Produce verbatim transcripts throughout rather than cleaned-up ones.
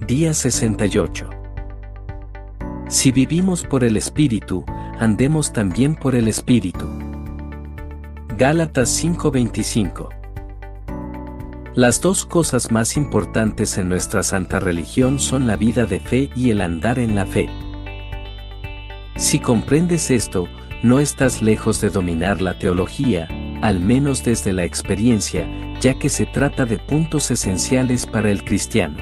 Día sesenta y ocho. Si vivimos por el Espíritu, andemos también por el Espíritu. Gálatas cinco veinticinco. Las dos cosas más importantes en nuestra santa religión son la vida de fe y el andar en la fe. Si comprendes esto, no estás lejos de dominar la teología, al menos desde la experiencia, ya que se trata de puntos esenciales para el cristiano.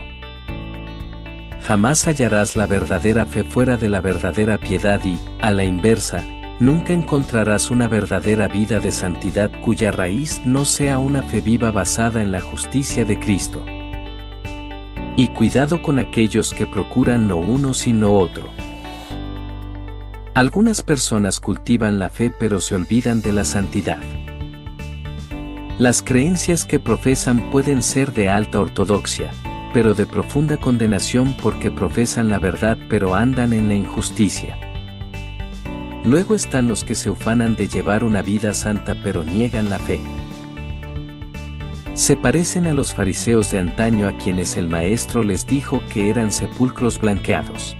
Jamás hallarás la verdadera fe fuera de la verdadera piedad y, a la inversa, nunca encontrarás una verdadera vida de santidad cuya raíz no sea una fe viva basada en la justicia de Cristo. Y cuidado con aquellos que procuran no uno sino otro. Algunas personas cultivan la fe pero se olvidan de la santidad. Las creencias que profesan pueden ser de alta ortodoxia, pero de profunda condenación porque profesan la verdad pero andan en la injusticia. Luego están los que se ufanan de llevar una vida santa pero niegan la fe. Se parecen a los fariseos de antaño a quienes el Maestro les dijo que eran sepulcros blanqueados.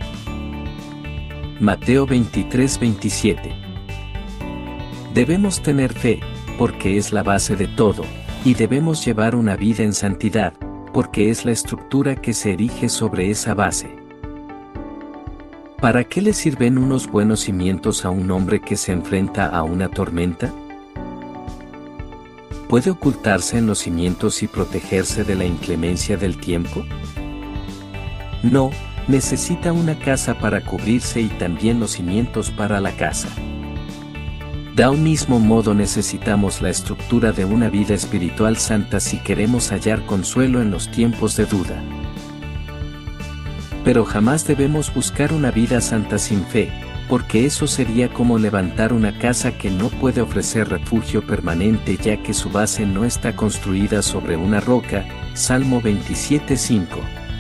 Mateo veintitrés veintisiete. Debemos tener fe, porque es la base de todo, y debemos llevar una vida en santidad, porque es la estructura que se erige sobre esa base. ¿Para qué le sirven unos buenos cimientos a un hombre que se enfrenta a una tormenta? ¿Puede ocultarse en los cimientos y protegerse de la inclemencia del tiempo? No, necesita una casa para cubrirse y también los cimientos para la casa. De un mismo modo necesitamos la estructura de una vida espiritual santa si queremos hallar consuelo en los tiempos de duda. Pero jamás debemos buscar una vida santa sin fe, porque eso sería como levantar una casa que no puede ofrecer refugio permanente ya que su base no está construida sobre una roca. Salmo veintisiete cinco.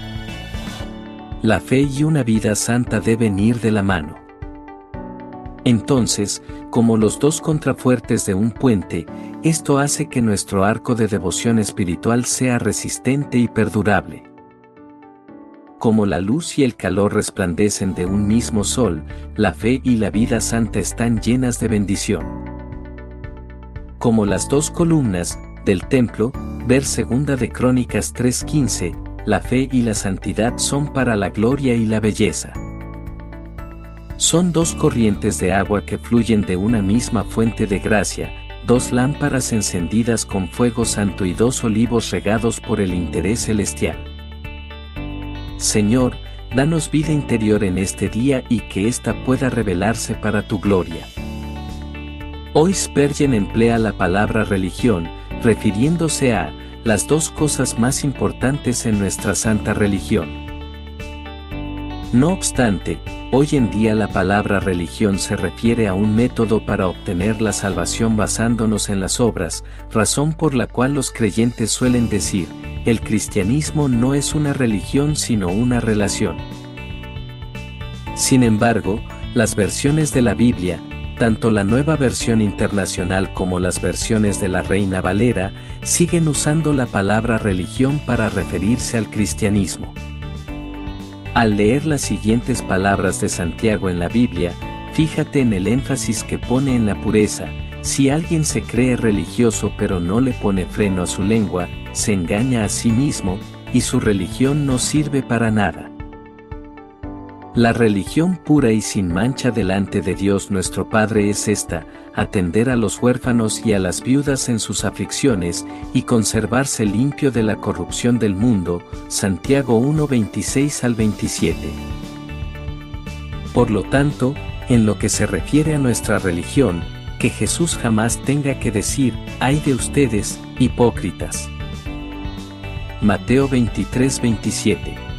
La fe y una vida santa deben ir de la mano. Entonces, como los dos contrafuertes de un puente, esto hace que nuestro arco de devoción espiritual sea resistente y perdurable. Como la luz y el calor resplandecen de un mismo sol, la fe y la vida santa están llenas de bendición. Como las dos columnas del templo, ver Segunda de Crónicas tres quince, la fe y la santidad son para la gloria y la belleza. Son dos corrientes de agua que fluyen de una misma fuente de gracia, dos lámparas encendidas con fuego santo y dos olivos regados por el interés celestial. Señor, danos vida interior en este día y que ésta pueda revelarse para tu gloria. Hoy Spurgeon emplea la palabra religión, refiriéndose a las dos cosas más importantes en nuestra santa religión. No obstante, hoy en día la palabra religión se refiere a un método para obtener la salvación basándonos en las obras, razón por la cual los creyentes suelen decir, el cristianismo no es una religión sino una relación. Sin embargo, las versiones de la Biblia, tanto la Nueva Versión Internacional como las versiones de la Reina Valera, siguen usando la palabra religión para referirse al cristianismo. Al leer las siguientes palabras de Santiago en la Biblia, fíjate en el énfasis que pone en la pureza. Si alguien se cree religioso pero no le pone freno a su lengua, se engaña a sí mismo, y su religión no sirve para nada. La religión pura y sin mancha delante de Dios nuestro Padre es esta: atender a los huérfanos y a las viudas en sus aflicciones, y conservarse limpio de la corrupción del mundo. Santiago uno veintiséis al veintisiete. Por lo tanto, en lo que se refiere a nuestra religión, que Jesús jamás tenga que decir, ¡ay de ustedes, hipócritas! Mateo veintitrés veintisiete.